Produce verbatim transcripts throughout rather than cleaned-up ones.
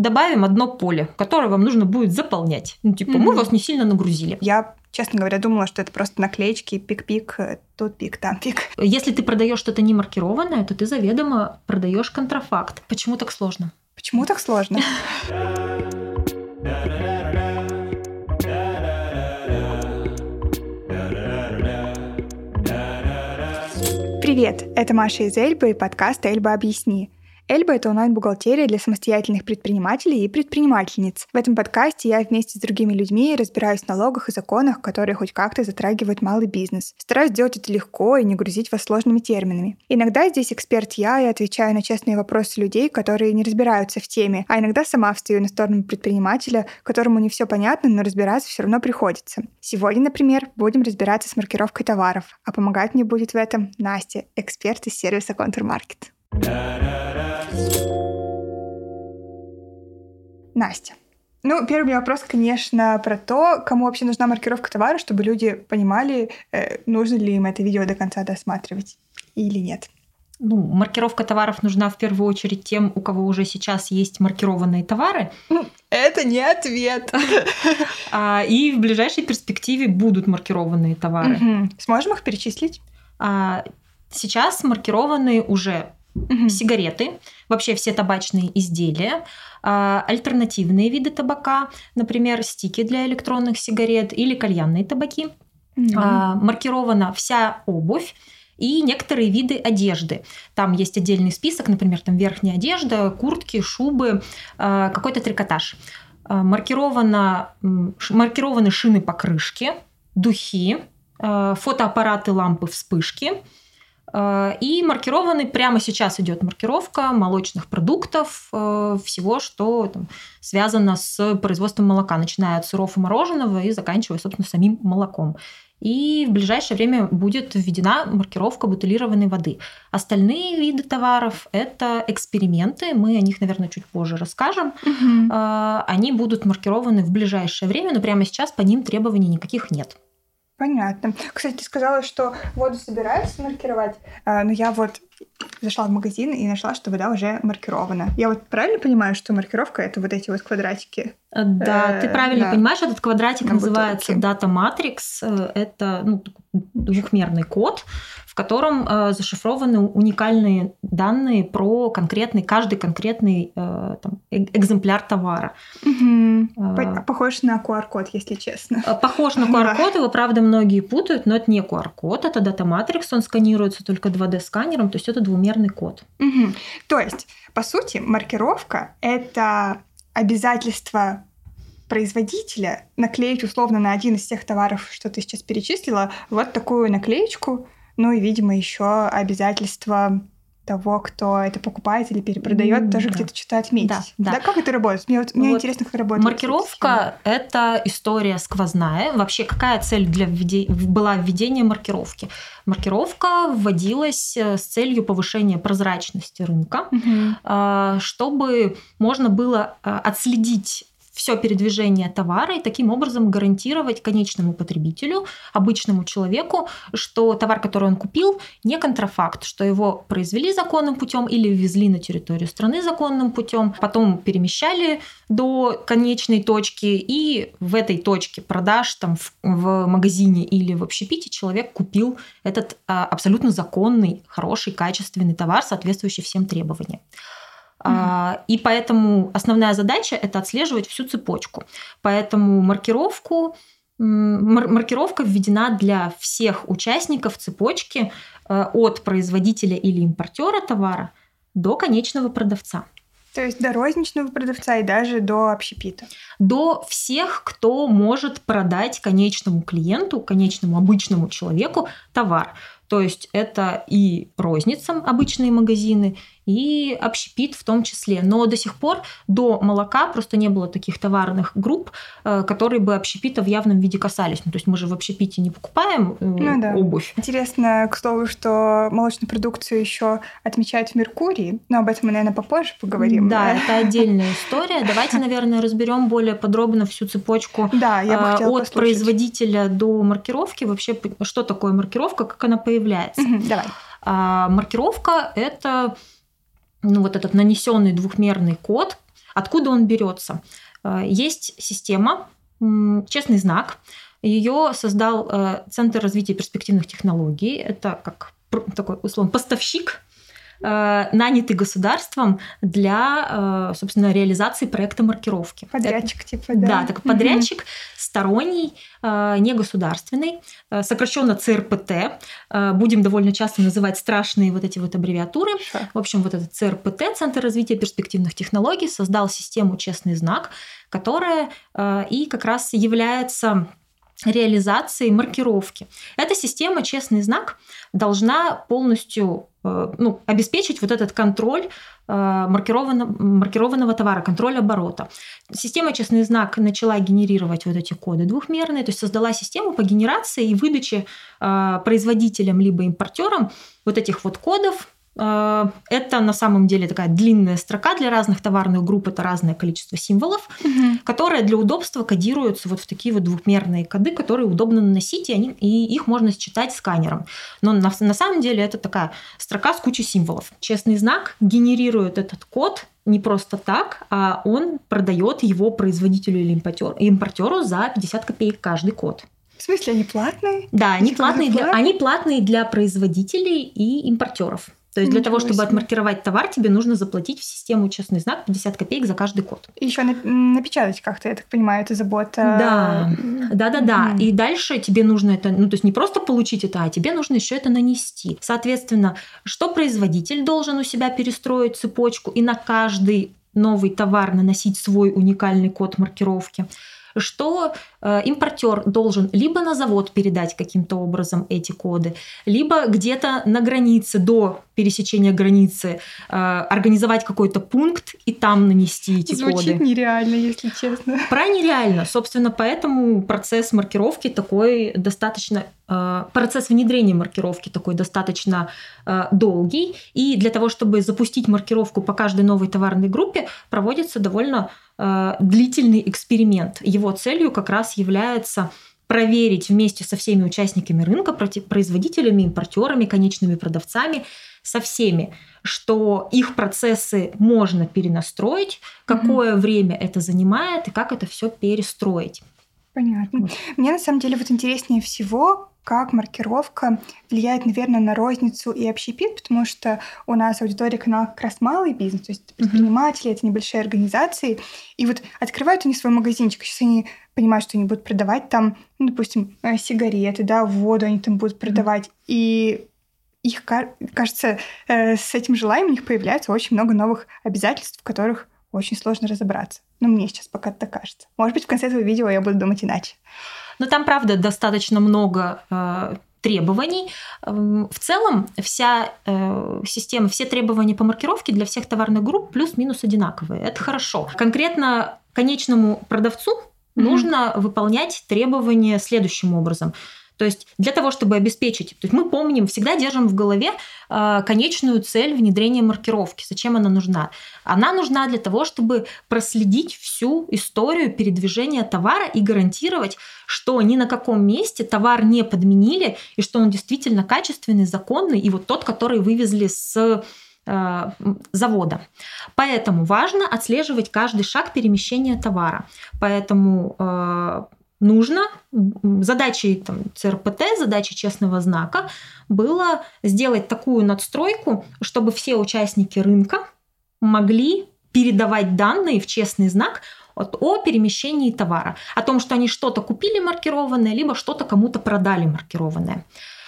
добавим одно поле, которое вам нужно будет заполнять. Ну, типа, mm-hmm. мы вас не сильно нагрузили. Я, честно говоря, думала, что это просто наклеечки, пик-пик, тут пик, там пик. Если ты продаешь что-то не маркированное, то ты заведомо продаешь контрафакт. Почему так сложно? Почему так сложно? Привет, это Маша из Эльбы и подкаст «Эльба, объясни». Эльба — это онлайн-бухгалтерия для самостоятельных предпринимателей и предпринимательниц. В этом подкасте я вместе с другими людьми разбираюсь в налогах и законах, которые хоть как-то затрагивают малый бизнес. Стараюсь делать это легко и не грузить вас сложными терминами. Иногда здесь эксперт я и отвечаю на честные вопросы людей, которые не разбираются в теме, а иногда сама встаю на сторону предпринимателя, которому не все понятно, но разбираться все равно приходится. Сегодня, например, будем разбираться с маркировкой товаров, а помогать мне будет в этом Настя, эксперт из сервиса Контур-Маркет. Настя. Ну, первый вопрос, конечно, про то, кому вообще нужна маркировка товара, чтобы люди понимали, э, нужно ли им это видео до конца досматривать или нет. Ну, маркировка товаров нужна в первую очередь тем, у кого уже сейчас есть маркированные товары. Это не ответ. И в ближайшей перспективе будут маркированные товары. Сможем их перечислить? Сейчас маркированы уже Угу. сигареты, вообще все табачные изделия, альтернативные виды табака, например, стики для электронных сигарет или кальянные табаки. Угу. Маркирована вся обувь и некоторые виды одежды. Там есть отдельный список, например, там верхняя одежда, куртки, шубы, какой-то трикотаж. Маркировано, маркированы шины покрышки, духи, фотоаппараты, лампы, вспышки. И маркированы, прямо сейчас идет маркировка молочных продуктов, всего, что там связано с производством молока, начиная от сыров и мороженого и заканчивая, собственно, самим молоком. И в ближайшее время будет введена маркировка бутилированной воды. Остальные виды товаров – это эксперименты, мы о них, наверное, чуть позже расскажем. Угу. Они будут маркированы в ближайшее время, но прямо сейчас по ним требований никаких нет. Понятно. Кстати, ты сказала, что воду собираются маркировать, но я вот зашла в магазин и нашла, что вода уже маркирована. Я вот правильно понимаю, что маркировка — это вот эти вот квадратики? Да, ты правильно да. понимаешь, этот квадратик на называется Data Matrix. Это ну, двухмерный код, в котором э, зашифрованы уникальные данные про конкретный, каждый конкретный э, там, экземпляр товара. Угу. Э, Похож на ку ар код, если честно. Похож на ку ар код, его, правда, многие путают, но это не ку ар код, это Data Matrix, он сканируется только два дэ сканером, то есть это двумерный код. Угу. То есть, по сути, маркировка — это обязательство производителя наклеить условно на один из тех товаров, что ты сейчас перечислила, вот такую наклеечку, ну и, видимо, еще обязательство того, кто это покупает или перепродает, mm, тоже да. где-то что-то отметить. Да, да. Да, как это работает? Мне, вот, мне вот интересно, как работает. Маркировка – это история сквозная. Вообще, какая цель для введе... была введения маркировки? Маркировка вводилась с целью повышения прозрачности рынка, mm-hmm. чтобы можно было отследить все передвижение товара и таким образом гарантировать конечному потребителю, обычному человеку, что товар, который он купил, не контрафакт, что его произвели законным путем или ввезли на территорию страны законным путем, потом перемещали до конечной точки, и в этой точке продаж там, в, в магазине или в общепите человек купил этот а, абсолютно законный, хороший, качественный товар, соответствующий всем требованиям. Mm-hmm. И поэтому основная задача – это отслеживать всю цепочку. Поэтому маркировку, мар- маркировка введена для всех участников цепочки от производителя или импортера товара до конечного продавца. То есть до розничного продавца и даже до общепита? До всех, кто может продать конечному клиенту, конечному обычному человеку товар. То есть это и розницам обычные магазины, и общепит в том числе. Но до сих пор до молока просто не было таких товарных групп, которые бы общепита в явном виде касались. Ну, то есть мы же в общепите не покупаем ну, да. обувь. Интересно, к слову, что молочную продукцию еще отмечают в Меркурии, но об этом мы, наверное, попозже поговорим. Да, это отдельная история. Давайте, наверное, разберем более подробно всю цепочку да, я бы хотела от послушать. Производителя до маркировки. Вообще, что такое маркировка, как она появляется. Угу, давай. А, маркировка – это ну, вот этот нанесенный двухмерный код, Откуда он берется? Есть система «Честный знак». Ее создал Центр развития перспективных технологий. Это как такой, условно, поставщик, нанятый государством для, собственно, реализации проекта маркировки. Подрядчик, это, типа, да. Да, такой подрядчик, сторонний, негосударственный, сокращенно цэ эр пэ тэ. Будем довольно часто называть страшные вот эти вот аббревиатуры. Ша. В общем, вот этот цэ эр пэ тэ, Центр развития перспективных технологий, создал систему «Честный знак», которая и как раз является реализацией маркировки. Эта система «Честный знак» должна полностью ну, обеспечить вот этот контроль маркированного, маркированного товара, контроль оборота. Система «Честный знак» начала генерировать вот эти коды двухмерные, то есть создала систему по генерации и выдаче производителям либо импортерам вот этих вот кодов. Это на самом деле такая длинная строка для разных товарных групп, это разное количество символов, угу. которые для удобства кодируются вот в такие вот двухмерные коды, которые удобно наносить, и, они, и их можно считать сканером. Но на, на самом деле это такая строка с кучей символов. Честный знак генерирует этот код не просто так, а он продает его производителю или импортеру за пятьдесят копеек каждый код. В смысле, они платные? Да, они платные, для, они платные для производителей и импортеров. То есть для Ничего того, чтобы себе. отмаркировать товар, тебе нужно заплатить в систему «Честный знак» пятьдесят копеек за каждый код. И еще напечатать как-то, я так понимаю, это забота. Да, да, да, да. Mm-hmm. И дальше тебе нужно это, ну то есть не просто получить это, а тебе нужно еще это нанести. Соответственно, что производитель должен у себя перестроить цепочку и на каждый новый товар наносить свой уникальный код маркировки, что э, импортер должен либо на завод передать каким-то образом эти коды, либо где-то на границе, до пересечения границы, э, организовать какой-то пункт и там нанести эти Звучит коды. Звучит нереально, если честно. Про нереально. Собственно, поэтому процесс маркировки такой достаточно... Э, процесс внедрения маркировки такой достаточно э, долгий. И для того, чтобы запустить маркировку по каждой новой товарной группе, проводится довольно длительный эксперимент. Его целью как раз является проверить вместе со всеми участниками рынка, производителями, импортерами, конечными продавцами, со всеми, что их процессы можно перенастроить, какое mm-hmm. время это занимает и как это все перестроить. Понятно. Вот. Мне на самом деле вот интереснее всего, как маркировка влияет, наверное, на розницу и общепит, потому что у нас аудитория канала как раз малый бизнес, то есть это предприниматели, mm-hmm. это небольшие организации, и вот открывают они свой магазинчик, сейчас они понимают, что они будут продавать там, ну, допустим, сигареты, да, воду они там будут продавать, mm-hmm. и их, кажется, с этим желанием у них появляется очень много новых обязательств, в которых очень сложно разобраться. Ну, мне сейчас пока так кажется. Может быть, в конце этого видео я буду думать иначе. Но там, правда, достаточно много э, требований. В целом, вся э, система, все требования по маркировке для всех товарных групп плюс-минус одинаковые. Это хорошо. Конкретно конечному продавцу mm-hmm. нужно выполнять требования следующим образом. То есть для того, чтобы обеспечить... То есть мы помним, всегда держим в голове э, конечную цель внедрения маркировки. Зачем она нужна? Она нужна для того, чтобы проследить всю историю передвижения товара и гарантировать, что ни на каком месте товар не подменили, и что он действительно качественный, законный, и вот тот, который вывезли с э, завода. Поэтому важно отслеживать каждый шаг перемещения товара. Поэтому... Э, Нужно, задачей там, цэ эр пэ тэ, задачей честного знака было сделать такую надстройку, чтобы все участники рынка могли передавать данные в честный знак о перемещении товара, о том, что они что-то купили маркированное, либо что-то кому-то продали маркированное.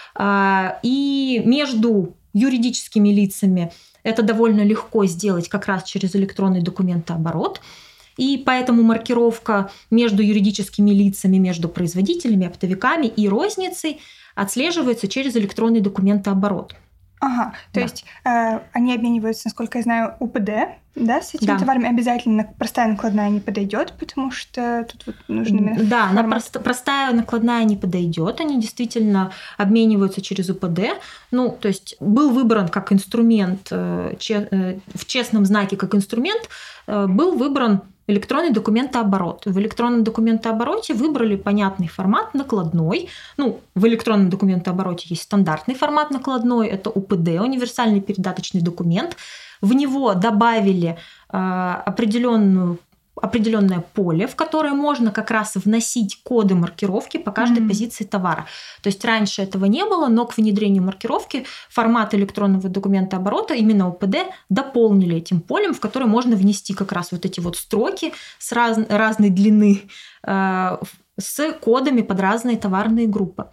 И между юридическими лицами это довольно легко сделать как раз через электронный документооборот. И поэтому маркировка между юридическими лицами, между производителями, оптовиками и розницей отслеживается через электронный документооборот. Ага, то да. есть э, они обмениваются, насколько я знаю, у пэ дэ, да, с этими да. товарами обязательно простая накладная не подойдет, потому что тут вот нужно именно Да, на прост, простая накладная не подойдет, они действительно обмениваются через у пэ дэ. Ну, то есть был выбран как инструмент, э, че, э, в честном знаке как инструмент, э, был выбран электронный документооборот. В электронном документообороте выбрали понятный формат накладной. Ну, в электронном документообороте есть стандартный формат накладной, это у пэ дэ, универсальный передаточный документ. В него добавили определенную определенное поле, в которое можно как раз вносить коды маркировки по каждой mm-hmm. позиции товара. То есть раньше этого не было, но к внедрению маркировки формат электронного документа оборота, именно о пэ дэ, дополнили этим полем, в которое можно внести как раз вот эти вот строки с раз, разной длины э, с кодами под разные товарные группы.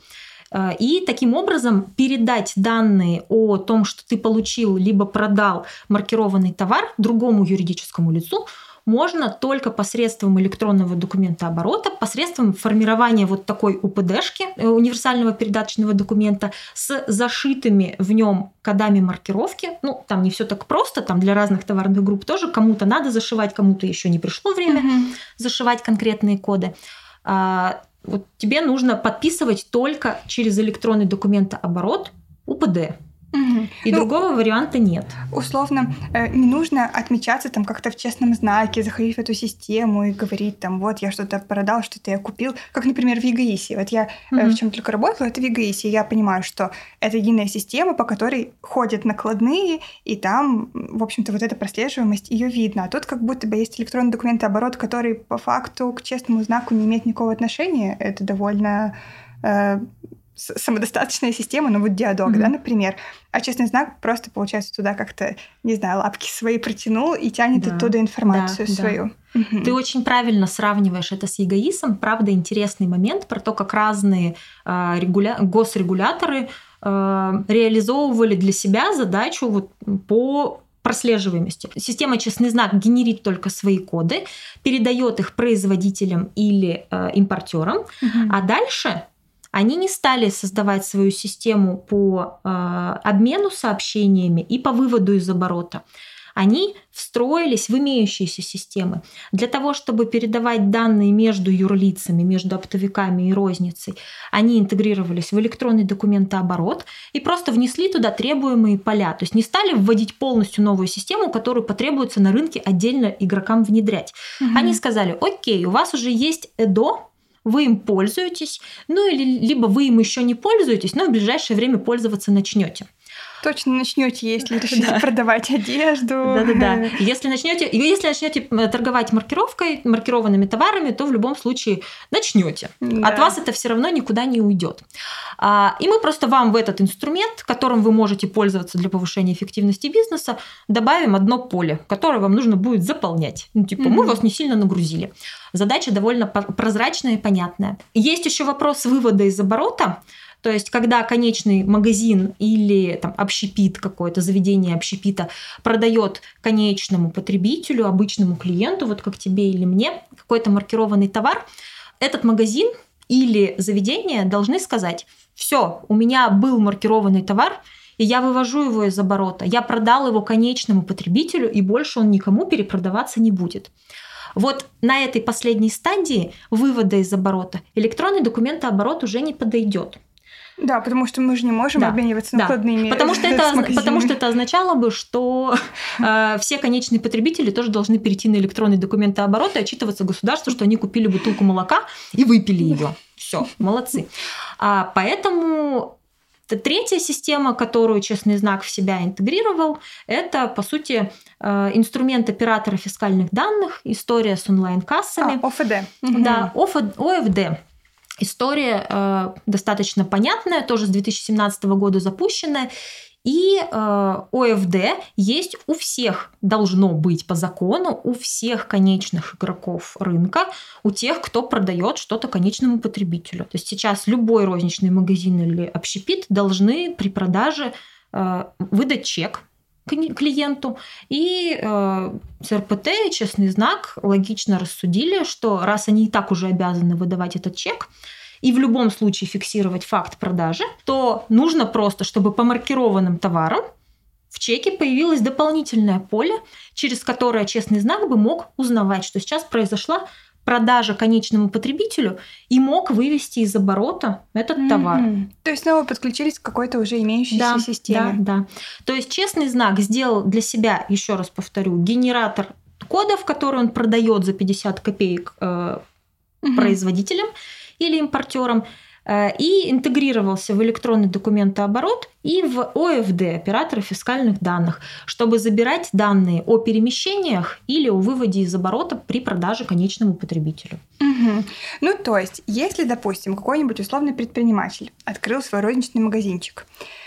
И таким образом передать данные о том, что ты получил либо продал маркированный товар другому юридическому лицу, можно только посредством электронного документа оборота, посредством формирования вот такой о пэ дэ-шки, универсального передаточного документа, с зашитыми в нем кодами маркировки. Ну, там не все так просто, там для разных товарных групп тоже кому-то надо зашивать, кому-то еще не пришло время mm-hmm. зашивать конкретные коды. Вот тебе нужно подписывать только через электронный документооборот о пэ дэ. Угу. И ну, другого варианта нет. Условно, не нужно отмечаться там как-то в честном знаке, заходить в эту систему и говорить там, вот я что-то продал, что-то я купил. Как, например, в ЕГАИСе. Вот я угу. в чем только работала, это в ЕГАИСе. И я понимаю, что это единая система, по которой ходят накладные, и там, в общем-то, вот эта прослеживаемость, ее видно. А тут как будто бы есть электронный документооборот, который по факту к честному знаку не имеет никакого отношения. Это довольно... Э- самодостаточная система, ну вот диадок, mm-hmm. да, например. А честный знак просто, получается, туда как-то, не знаю, лапки свои протянул и тянет да. оттуда информацию да, свою. Да. Mm-hmm. Ты очень правильно сравниваешь это с ЕГАИСом. Правда, интересный момент про то, как разные э, регуля... госрегуляторы э, реализовывали для себя задачу вот по прослеживаемости. Система «Честный знак» генерит только свои коды, передает их производителям или э, импортерам, mm-hmm. а дальше... Они не стали создавать свою систему по э, обмену сообщениями и по выводу из оборота. Они встроились в имеющиеся системы. Для того, чтобы передавать данные между юрлицами, между оптовиками и розницей, они интегрировались в электронный документооборот и просто внесли туда требуемые поля. То есть не стали вводить полностью новую систему, которую потребуется на рынке отдельно игрокам внедрять. Угу. Они сказали, окей, у вас уже есть ЭДО, вы им пользуетесь, ну или либо вы им еще не пользуетесь, но в ближайшее время пользоваться начнете. Точно начнете, если решите да. продавать одежду. Да-да-да. Если начнете, если начнете торговать маркировкой, маркированными товарами, то в любом случае начнете. Да. От вас это все равно никуда не уйдет. И мы просто вам в этот инструмент, которым вы можете пользоваться для повышения эффективности бизнеса, добавим одно поле, которое вам нужно будет заполнять. Ну, типа, mm-hmm. мы вас не сильно нагрузили. Задача довольно прозрачная и понятная. Есть еще вопрос вывода из оборота. То есть, когда конечный магазин или там, общепит, какое-то заведение общепита продает конечному потребителю, обычному клиенту, вот как тебе или мне, какой-то маркированный товар, этот магазин или заведение должны сказать: все, у меня был маркированный товар, и я вывожу его из оборота, я продал его конечному потребителю, и больше он никому перепродаваться не будет. Вот на этой последней стадии вывода из оборота электронный документооборот уже не подойдет. Да, потому что мы же не можем да, обмениваться накладными. Да. Потому, что это, потому что это означало бы, что э, все конечные потребители тоже должны перейти на электронный документооборот и отчитываться государству, что они купили бутылку молока и выпили ее. Все, молодцы. А, поэтому третья система, которую Честный знак в себя интегрировал, это, по сути, э, инструмент оператора фискальных данных, история с онлайн-кассами. А, о эф дэ. Да, о эф дэ. История э, достаточно понятная, тоже с две тысячи семнадцатого года запущенная. И э, о эф дэ есть у всех, должно быть по закону, у всех конечных игроков рынка, у тех, кто продает что-то конечному потребителю. То есть сейчас любой розничный магазин или общепит должны при продаже э, выдать чек клиенту. И э, цэ эр пэ тэ и Честный знак логично рассудили, что раз они и так уже обязаны выдавать этот чек и в любом случае фиксировать факт продажи, то нужно просто, чтобы по маркированным товарам в чеке появилось дополнительное поле, через которое Честный знак бы мог узнавать, что сейчас произошла продажа конечному потребителю и мог вывести из оборота этот mm-hmm. товар. То есть снова подключились к какой-то уже имеющейся да, системе. Да, да. То есть Честный знак сделал для себя, еще раз повторю, генератор кодов, который он продает за пятьдесят копеек э, mm-hmm. производителям или импортерам, и интегрировался в электронный документооборот и в о эф ди, операторы фискальных данных, чтобы забирать данные о перемещениях или о выводе из оборота при продаже конечному потребителю. Угу. Ну, то есть, если, допустим, какой-нибудь условный предприниматель открыл свой розничный магазинчик,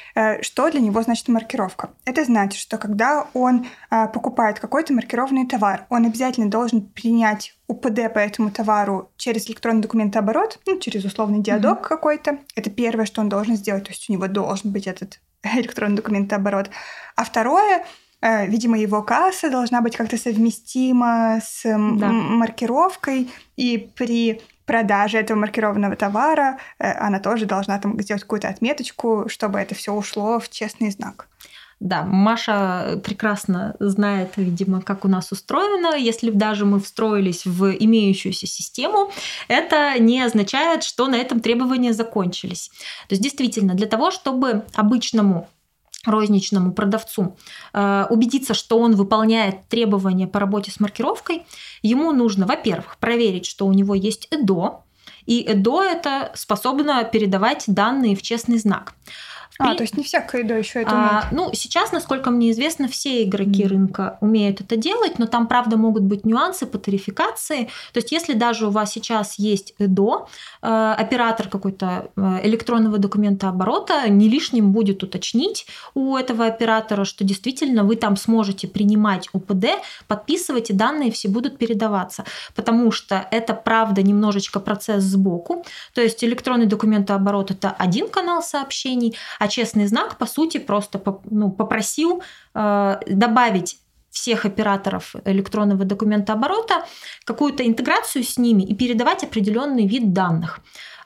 что для него значит маркировка? Это значит, что когда он покупает какой-то маркированный товар, он обязательно должен принять у пэ дэ по этому товару через электронный документооборот, ну, через условный диадок mm-hmm. какой-то. Это первое, что он должен сделать, то есть у него должен быть этот электронный документооборот. А второе, видимо, его касса должна быть как-то совместима с да. маркировкой, и при продаже этого маркированного товара она тоже должна там сделать какую-то отметочку, чтобы это все ушло в честный знак. Да, Маша прекрасно знает, видимо, как у нас устроено. Если даже мы встроились в имеющуюся систему, это не означает, что на этом требования закончились. То есть действительно, для того, чтобы обычному розничному продавцу э, убедиться, что он выполняет требования по работе с маркировкой, ему нужно, во-первых, проверить, что у него есть ЭДО, и ЭДО это способно передавать данные в честный знак. А, При... то есть не всякое ЭДО еще это умеет? А, ну, сейчас, насколько мне известно, все игроки mm. рынка умеют это делать, но там, правда, могут быть нюансы по тарификации. То есть если даже у вас сейчас есть ЭДО, э, оператор какой-то электронного документооборота, не лишним будет уточнить у этого оператора, что действительно вы там сможете принимать о пэ дэ, подписывать, и данные все будут передаваться. Потому что это, правда, немножечко процесс сбоку. То есть электронный документооборот – это один канал сообщений, а честный знак, по сути, просто ну, попросил э, добавить всех операторов электронного документооборота, какую-то интеграцию с ними и передавать определенный вид данных.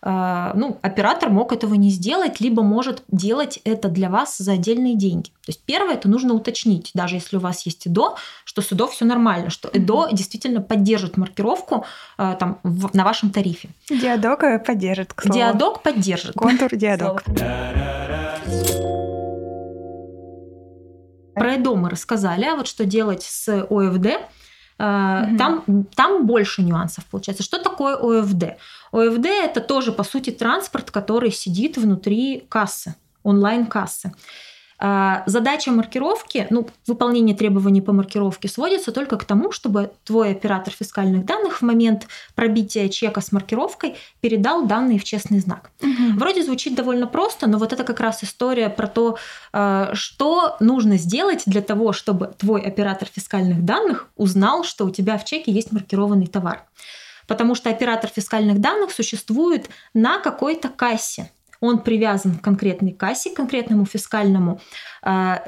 Э, ну, оператор мог этого не сделать, либо может делать это для вас за отдельные деньги. То есть первое, это нужно уточнить, даже если у вас есть ЭДО, что с ЭДО все нормально, что ЭДО действительно поддержит маркировку э, там, в, на вашем тарифе. Диадок поддержит, к слову. Диадок поддержит. Контур диадок. Про ЭДО мы рассказали, а вот что делать с о эф ди, mm-hmm. там, там больше нюансов получается. Что такое о эф ди? о эф ди – это тоже, по сути, транспорт, который сидит внутри кассы, онлайн-кассы. Задача маркировки, ну, выполнение требований по маркировке сводится только к тому, чтобы твой оператор фискальных данных в момент пробития чека с маркировкой передал данные в честный знак. Угу. Вроде звучит довольно просто, но вот это как раз история про то, что нужно сделать для того, чтобы твой оператор фискальных данных узнал, что у тебя в чеке есть маркированный товар. Потому что оператор фискальных данных существует на какой-то кассе. Он привязан к конкретной кассе, к конкретному фискальному, э,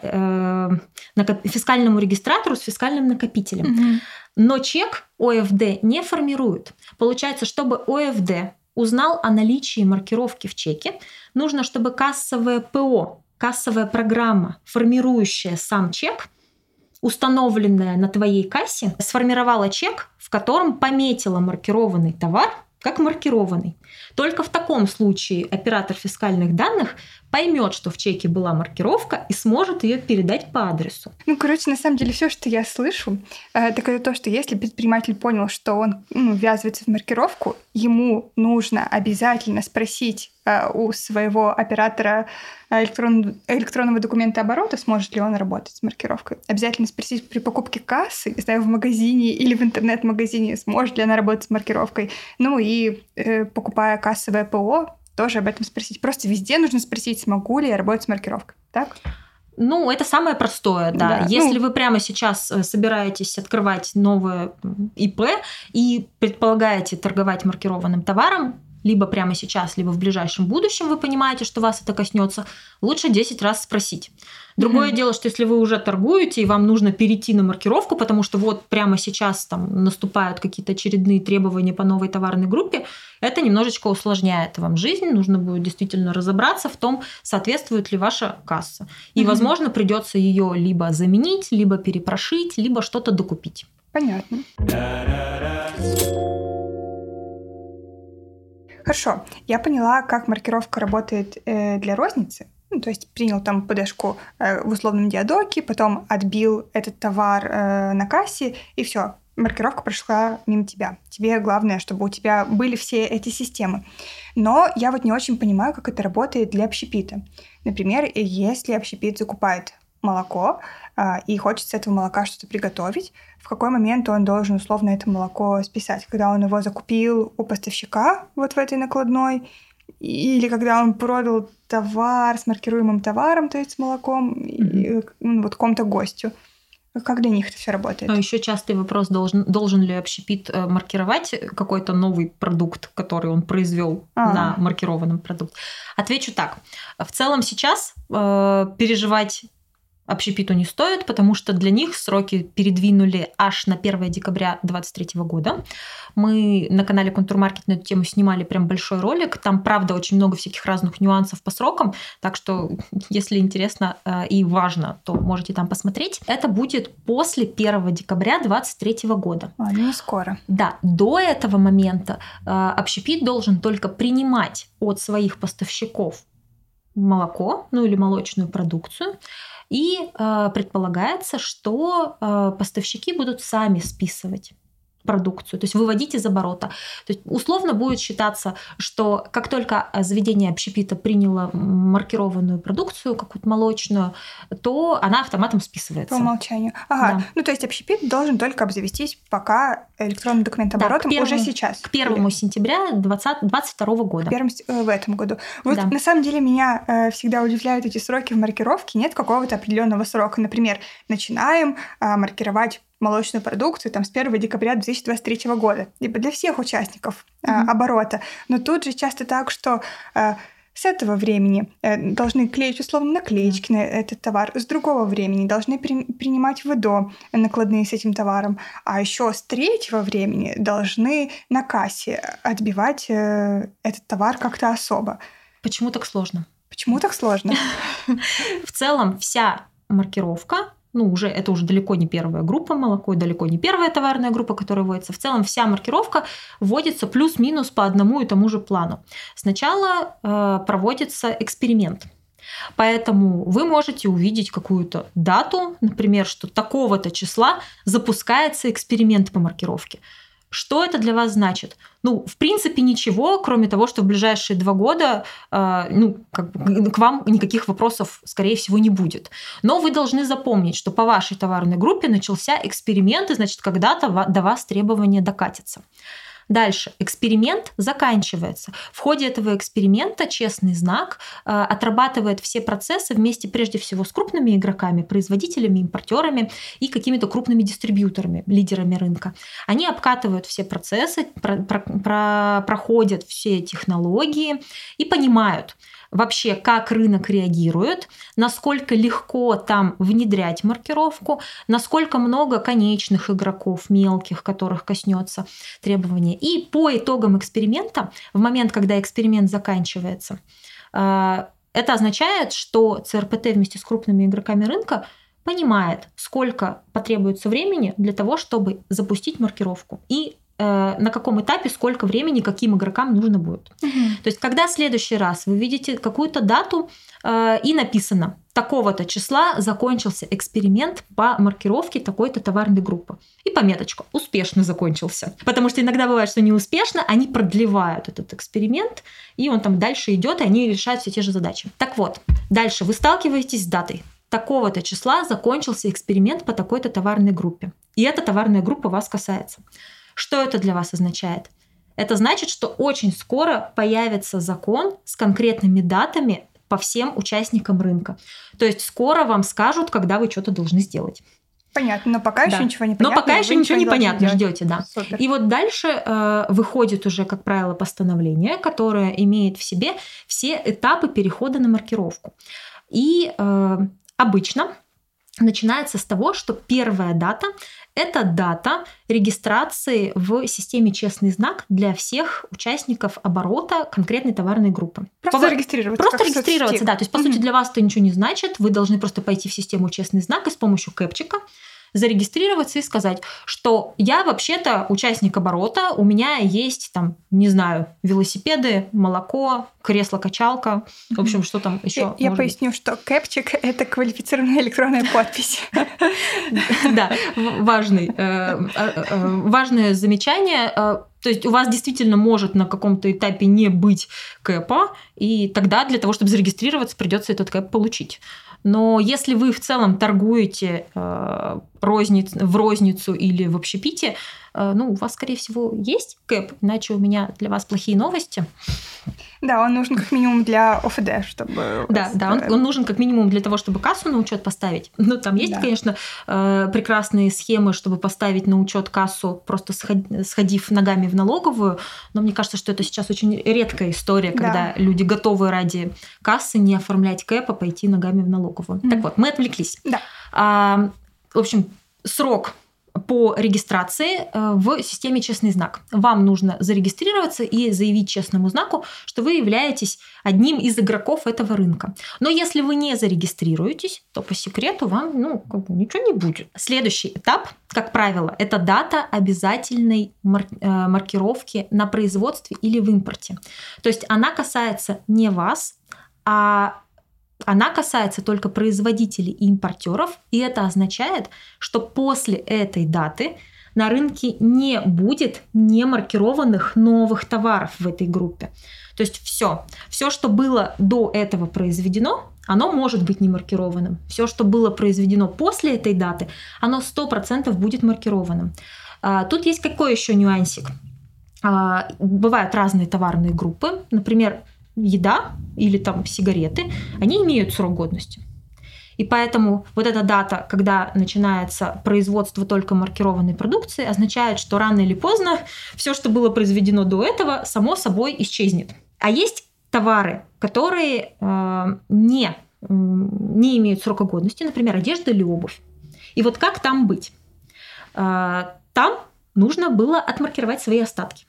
э, фискальному регистратору с фискальным накопителем. Mm-hmm. Но чек о эф ди не формирует. Получается, чтобы о эф ди узнал о наличии маркировки в чеке, нужно, чтобы кассовое ПО, кассовая программа, формирующая сам чек, установленная на твоей кассе, сформировала чек, в котором пометила маркированный товар как маркированный. Только в таком случае оператор фискальных данных поймет, что в чеке была маркировка, и сможет ее передать по адресу. Ну, короче, на самом деле, все, что я слышу, э, так это то, что если предприниматель понял, что он ну, ввязывается в маркировку, ему нужно обязательно спросить э, у своего оператора электрон, электронного документооборота, сможет ли он работать с маркировкой. Обязательно спросить при покупке кассы, не знаю, в магазине или в интернет-магазине, сможет ли она работать с маркировкой. Ну и э, покупая кассовое ПО, тоже об этом спросить. Просто везде нужно спросить, смогу ли я работать с маркировкой. Так? Ну, это самое простое, да. да. Если ну... вы прямо сейчас собираетесь открывать новое ИП и предполагаете торговать маркированным товаром, либо прямо сейчас, либо в ближайшем будущем вы понимаете, что вас это коснется, лучше десять раз спросить. Другое mm-hmm. дело, что если вы уже торгуете, и вам нужно перейти на маркировку, потому что вот прямо сейчас там наступают какие-то очередные требования по новой товарной группе, это немножечко усложняет вам жизнь. Нужно будет действительно разобраться в том, соответствует ли ваша касса. И, mm-hmm. возможно, придется ее либо заменить, либо перепрошить, либо что-то докупить. Понятно. Хорошо, я поняла, как маркировка работает э, для розницы. Ну, то есть принял там пэ дэ-шку э, в условном диадоке, потом отбил этот товар э, на кассе, и все. маркировка прошла мимо тебя. Тебе главное, чтобы у тебя были все эти системы. Но я вот не очень понимаю, как это работает для общепита. Например, если общепит закупает молоко а, и хочет с этого молока что-то приготовить, в какой момент он должен условно это молоко списать? Когда он его закупил у поставщика вот в этой накладной, или когда он продал товар с маркируемым товаром, то есть с молоком, mm-hmm. и, ну, вот кому-то гостю. Как для них это все работает? А еще частый вопрос, должен, должен ли общепит маркировать какой-то новый продукт, который он произвел А-а-а. на маркированном продукте. Отвечу так. В целом сейчас э, переживать общепиту не стоит, потому что для них сроки передвинули аж на первое декабря две тысячи двадцать третьего года. Мы на канале Контурмаркет на эту тему снимали прям большой ролик. Там, правда, очень много всяких разных нюансов по срокам. Так что, если интересно и важно, то можете там посмотреть. Это будет после первого декабря две тысячи двадцать третьего года. А, не скоро. Да, до этого момента общепит должен только принимать от своих поставщиков молоко, ну или молочную продукцию. И э, предполагается, что э, поставщики будут сами списывать продукцию, то есть выводить из оборота. То есть условно будет считаться, что как только заведение общепита приняло маркированную продукцию, какую-то молочную, то она автоматом списывается. По умолчанию. Ага. Да. Ну, то есть общепит должен только обзавестись пока электронным документооборотом да, уже сейчас. К первому сентября двадцать второго года. К первому, в этом году. Вот да. На самом деле меня э, всегда удивляют эти сроки в маркировке. Нет какого-то определенного срока. Например, начинаем э, маркировать молочную продукцию там, с первого декабря две тысячи двадцать третьего года. Либо для всех участников э, mm-hmm. оборота. Но тут же часто так, что э, с этого времени э, должны клеить условно наклеечки mm-hmm. на этот товар, с другого времени должны при, принимать ВДО накладные с этим товаром, а еще с третьего времени должны на кассе отбивать э, этот товар как-то особо. Почему так сложно? Почему так сложно? В целом вся маркировка, ну, уже это уже далеко не первая группа молоко, далеко не первая товарная группа, которая вводится. В целом вся маркировка вводится плюс-минус по одному и тому же плану. Сначала э, проводится эксперимент. Поэтому вы можете увидеть какую-то дату, например, что такого-то числа запускается эксперимент по маркировке. Что это для вас значит? Ну, в принципе, ничего, кроме того, что в ближайшие два года э, ну, как бы, к вам никаких вопросов, скорее всего, не будет. Но вы должны запомнить, что по вашей товарной группе начался эксперимент, и, значит, когда-то до вас требования докатятся. Дальше. Эксперимент заканчивается. В ходе этого эксперимента честный знак э, отрабатывает все процессы вместе прежде всего с крупными игроками, производителями, импортерами и какими-то крупными дистрибьюторами, лидерами рынка. Они обкатывают все процессы, про, про, про, проходят все технологии и понимают вообще, как рынок реагирует, насколько легко там внедрять маркировку, насколько много конечных игроков, мелких, которых коснется требования. И по итогам эксперимента, в момент, когда эксперимент заканчивается, это означает, что ЦРПТ вместе с крупными игроками рынка понимает, сколько потребуется времени для того, чтобы запустить маркировку. И на каком этапе, сколько времени, каким игрокам нужно будет. Угу. То есть, когда в следующий раз вы видите какую-то дату э, и написано, такого-то числа закончился эксперимент по маркировке такой-то товарной группы. И пометочка «успешно закончился». Потому что иногда бывает, что неуспешно, они продлевают этот эксперимент, и он там дальше идет, и они решают все те же задачи. Так вот, дальше вы сталкиваетесь с датой. Такого-то числа закончился эксперимент по такой-то товарной группе. И эта товарная группа вас касается. Что это для вас означает? Это значит, что очень скоро появится закон с конкретными датами по всем участникам рынка. То есть скоро вам скажут, когда вы что-то должны сделать. Понятно, но пока да. еще ничего не понятно. Но пока еще ничего не понятно, ждете, да. Супер. И вот дальше э, выходит уже, как правило, постановление, которое имеет в себе все этапы перехода на маркировку. И э, обычно начинается с того, что первая дата – это дата регистрации в системе «Честный знак» для всех участников оборота конкретной товарной группы. Просто Повод... регистрироваться. Просто регистрироваться, да. То есть, по mm-hmm. сути, для вас это ничего не значит. Вы должны просто пойти в систему «Честный знак» и с помощью кэпчика зарегистрироваться и сказать, что я вообще-то участник оборота, у меня есть там, не знаю, велосипеды, молоко, кресло-качалка, в общем, что там еще. Я, я поясню, быть. Что кэпчик — это квалифицированная электронная подпись. Да, важный, важное замечание. То есть у вас действительно может на каком-то этапе не быть кэпа, и тогда для того, чтобы зарегистрироваться, придется этот кэп получить. Но если вы в целом торгуете э, розниц, в розницу или в общепите, э, ну, у вас, скорее всего, есть кэп, иначе у меня для вас плохие новости. Да, он нужен как минимум для ОФД, чтобы... Да, да, он, он нужен как минимум для того, чтобы кассу на учет поставить. Ну, там есть, да. конечно, э, прекрасные схемы, чтобы поставить на учет кассу, просто сходив ногами в налоговую, но мне кажется, что это сейчас очень редкая история, когда да. люди готовы ради кассы не оформлять кэп, а пойти ногами в налоговую. Mm. Так вот, мы отвлеклись. Да. А, в общем, срок по регистрации в системе «Честный знак». Вам нужно зарегистрироваться и заявить честному знаку, что вы являетесь одним из игроков этого рынка. Но если вы не зарегистрируетесь, то по секрету вам ну, как бы ничего не будет. Следующий этап, как правило, это дата обязательной маркировки на производстве или в импорте. То есть она касается не вас, а она касается только производителей и импортеров, и это означает, что после этой даты на рынке не будет немаркированных новых товаров в этой группе. То есть все, все, что было до этого произведено, оно может быть не маркированным. Все, что было произведено после этой даты, оно сто процентов будет маркированным. Тут есть какой еще нюансик? Бывают разные товарные группы, например, еда или там сигареты, они имеют срок годности. И поэтому вот эта дата, когда начинается производство только маркированной продукции, означает, что рано или поздно все, что было произведено до этого, само собой исчезнет. А есть товары, которые э, не, не имеют срока годности, например, одежда или обувь. И вот как там быть? Э, там нужно было отмаркировать свои остатки.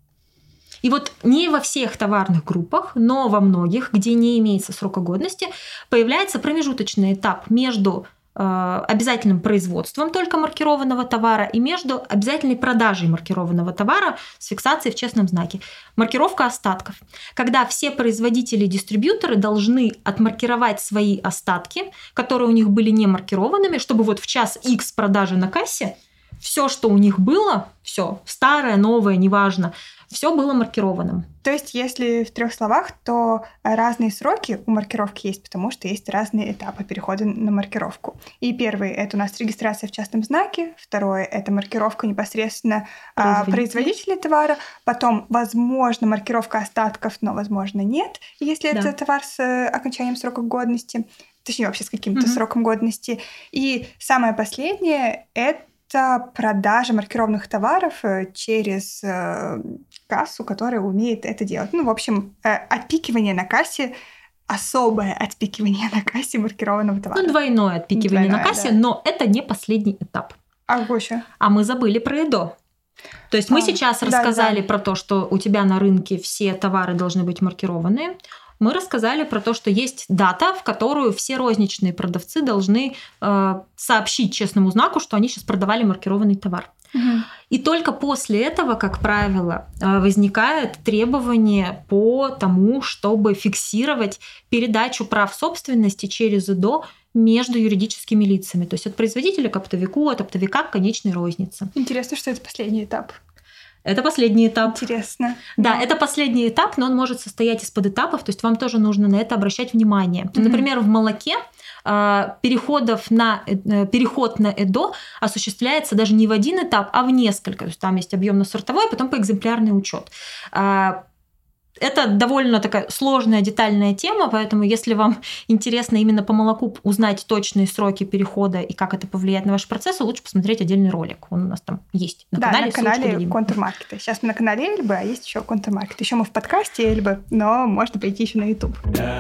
И вот не во всех товарных группах, но во многих, где не имеется срока годности, появляется промежуточный этап между э, обязательным производством только маркированного товара и между обязательной продажей маркированного товара с фиксацией в честном знаке. Маркировка остатков. Когда все производители и дистрибьюторы должны отмаркировать свои остатки, которые у них были не маркированными, чтобы вот в час X продажи на кассе все, что у них было, все, старое, новое, неважно, все было маркированным. То есть, если в трех словах, то разные сроки у маркировки есть, потому что есть разные этапы перехода на маркировку. И первый — это у нас регистрация в частном знаке, второе — это маркировка непосредственно производителя, производителя товара, потом, возможно, маркировка остатков, но, возможно, нет, если да. это товар с окончанием срока годности, точнее, вообще с каким-то mm-hmm. сроком годности. И самое последнее — это это продажа маркированных товаров через э, кассу, которая умеет это делать. Ну, в общем, э, отпикивание на кассе, особое отпикивание на кассе маркированного товара. Ну, двойное отпикивание двойное, на кассе, да. Но это не последний этап. А еще? А мы забыли про ЭДО. То есть а, мы сейчас рассказали да, да. про то, что у тебя на рынке все товары должны быть маркированные. Мы рассказали про то, что есть дата, в которую все розничные продавцы должны э, сообщить честному знаку, что они сейчас продавали маркированный товар. Угу. И только после этого, как правило, э, возникает требование по тому, чтобы фиксировать передачу прав собственности через ЭДО между юридическими лицами. То есть от производителя к оптовику, от оптовика к конечной рознице. Интересно, что это последний этап. Это последний этап. Интересно. Да, да, это последний этап, но он может состоять из подэтапов, то есть вам тоже нужно на это обращать внимание. Mm-hmm. Например, в молоке э, переходов на, э, переход на ЭДО осуществляется даже не в один этап, а в несколько. То есть там есть объемно-сортовой, а потом поэкземплярный учет. Э, Это довольно такая сложная, детальная тема, поэтому если вам интересно именно по молоку узнать точные сроки перехода и как это повлияет на ваши процессы, лучше посмотреть отдельный ролик. Он у нас там есть на да, канале. на канале Контрмаркета. Сейчас мы на канале Эльбы, а есть еще Контрмаркет. Еще мы в подкасте Эльбы, но можно пойти еще на YouTube.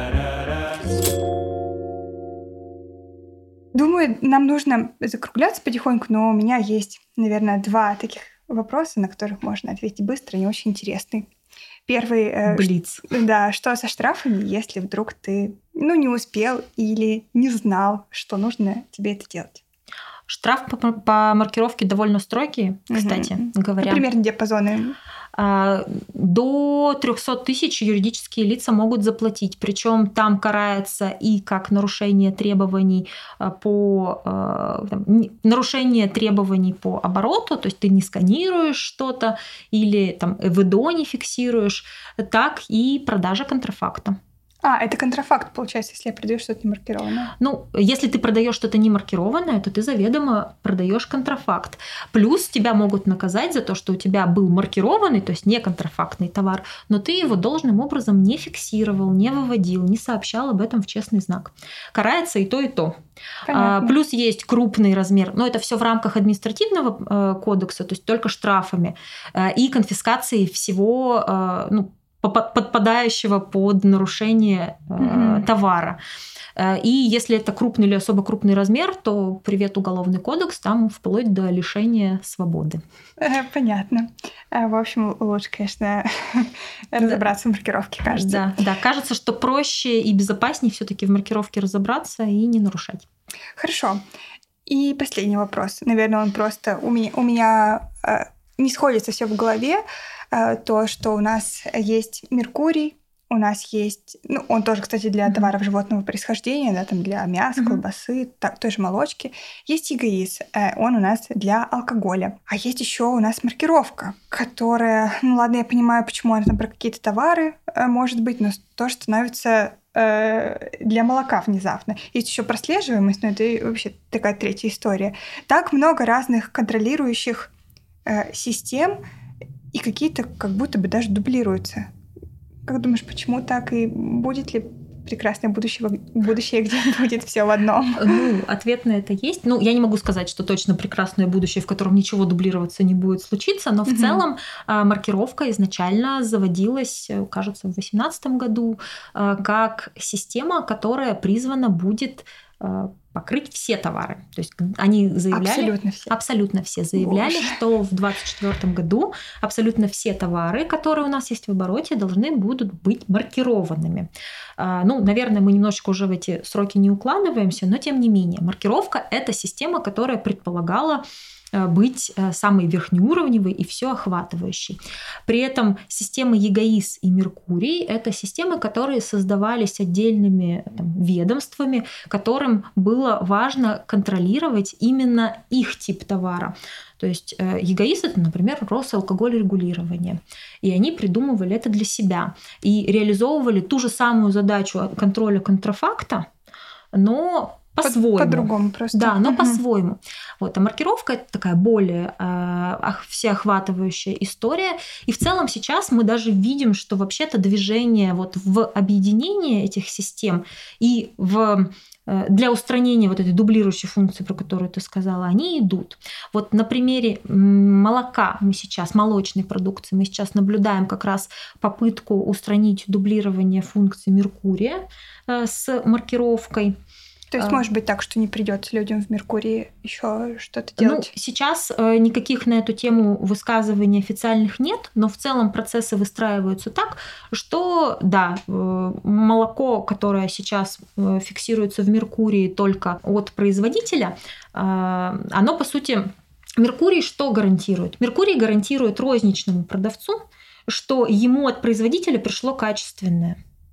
Думаю, нам нужно закругляться потихоньку, но у меня есть, наверное, два таких вопроса, на которых можно ответить быстро и очень интересные. Первый, Блиц. Э, да, что со штрафами, если вдруг ты ну, не успел или не знал, что нужно тебе это делать? Штраф по, по маркировке довольно строгий, кстати угу. говоря. Примерно диапазоны. До триста тысяч юридические лица могут заплатить. Причем там карается и как нарушение требований по там, нарушение требований по обороту, то есть ты не сканируешь что-то или там ЭВДО не фиксируешь, так и продажа контрафакта. А, это контрафакт, получается, если я продаю что-то не маркированное. Ну, если ты продаешь что-то не маркированное, то ты заведомо продаешь контрафакт. Плюс тебя могут наказать за то, что у тебя был маркированный, то есть не контрафактный товар, но ты его должным образом не фиксировал, не выводил, не сообщал об этом в честный знак. Карается и то, и то. Понятно. Плюс есть крупный размер, но это все в рамках административного кодекса, то есть только штрафами и конфискацией всего, ну, подпадающего под нарушение mm-hmm. товара. И если это крупный или особо крупный размер, то привет, Уголовный кодекс, там вплоть до лишения свободы. Понятно. В общем, лучше, конечно, разобраться в маркировке, кажется. Да, да, кажется, что проще и безопаснее все-таки в маркировке разобраться и не нарушать. Хорошо. И последний вопрос. Наверное, он просто у меня, у меня не сходится все в голове. То, что у нас есть меркурий, у нас есть, ну, он тоже, кстати, для mm-hmm. товаров животного происхождения, да, там для мяса, mm-hmm. колбасы, так, той же молочки. Есть ЕГАИС, он у нас для алкоголя. А есть еще у нас маркировка, которая, ну ладно, я понимаю, почему она там про какие-то товары может быть, но тоже становится для молока внезапно. Есть еще прослеживаемость, но это вообще такая третья история. Так много разных контролирующих э, систем, и какие-то как будто бы даже дублируются. Как думаешь, почему так? И будет ли прекрасное будущее, будущее, где будет все в одном? Ну, ответ на это есть. Ну, я не могу сказать, что точно прекрасное будущее, в котором ничего дублироваться не будет случиться, но в mm-hmm. целом маркировка изначально заводилась, кажется, в две тысячи восемнадцатом году как система, которая призвана будет покрыть все товары. То есть они заявляли... Абсолютно все. Абсолютно все заявляли, Боже. Что в двадцать четвёртом году абсолютно все товары, которые у нас есть в обороте, должны будут быть маркированными. Ну, наверное, мы немножечко уже в эти сроки не укладываемся, но тем не менее. Маркировка – это система, которая предполагала быть самой верхнеуровневой и все охватывающей. При этом системы ЕГАИС и Меркурий – это системы, которые создавались отдельными там, ведомствами, которым было важно контролировать именно их тип товара. То есть ЕГАИС – это, например, Росалкогольрегулирование. И они придумывали это для себя. И реализовывали ту же самую задачу контроля контрафакта, но по-своему. По-другому просто. Да, но угу. по-своему. Вот, а маркировка – это такая более э, всеохватывающая история. И в целом сейчас мы даже видим, что вообще-то движение вот в объединение этих систем и в для устранения вот этой дублирующей функции, про которую ты сказала, они идут. Вот на примере молока мы сейчас, молочной продукции, мы сейчас наблюдаем как раз попытку устранить дублирование функции Меркурия с маркировкой. То есть, может быть так, что не придется людям в Меркурии еще что-то делать? Ну, сейчас никаких на эту тему высказываний официальных нет, но в целом процессы выстраиваются так, что, да, молоко, которое сейчас фиксируется в Меркурии только от производителя, оно, по сути, Меркурий что гарантирует? Меркурий гарантирует розничному продавцу, что ему от производителя пришло качественное.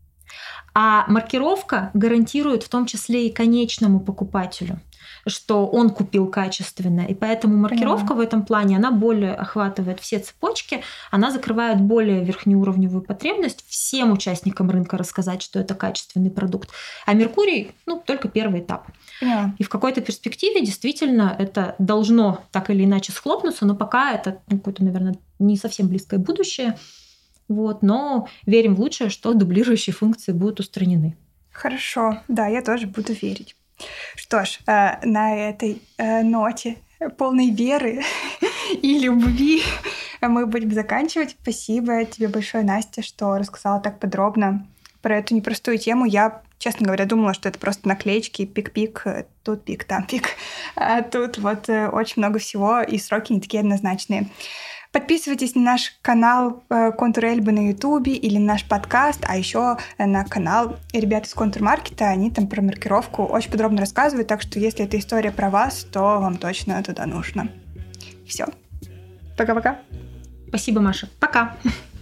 А маркировка гарантирует в том числе и конечному покупателю, что он купил качественно. И поэтому маркировка mm. в этом плане, она более охватывает все цепочки, она закрывает более верхнеуровневую потребность всем участникам рынка рассказать, что это качественный продукт. А Меркурий, ну, только первый этап. Yeah. И в какой-то перспективе действительно это должно так или иначе схлопнуться, но пока это ну, какое-то, наверное, не совсем близкое будущее. Вот, но верим в лучшее, что дублирующие функции будут устранены. Хорошо, да, я тоже буду верить. Что ж, э, на этой э, ноте полной веры и любви мы будем заканчивать. Спасибо тебе большое, Настя, что рассказала так подробно про эту непростую тему. Я, честно говоря, думала, что это просто наклеечки, пик-пик, тут пик, там пик. А тут вот очень много всего, и сроки не такие однозначные. Подписывайтесь на наш канал Контур Эльбы на Ютубе или на наш подкаст, а еще на канал ребят из Контур-маркета. Они там про маркировку очень подробно рассказывают, так что если эта история про вас, то вам точно туда нужно. Все. Пока-пока. Спасибо, Маша. Пока.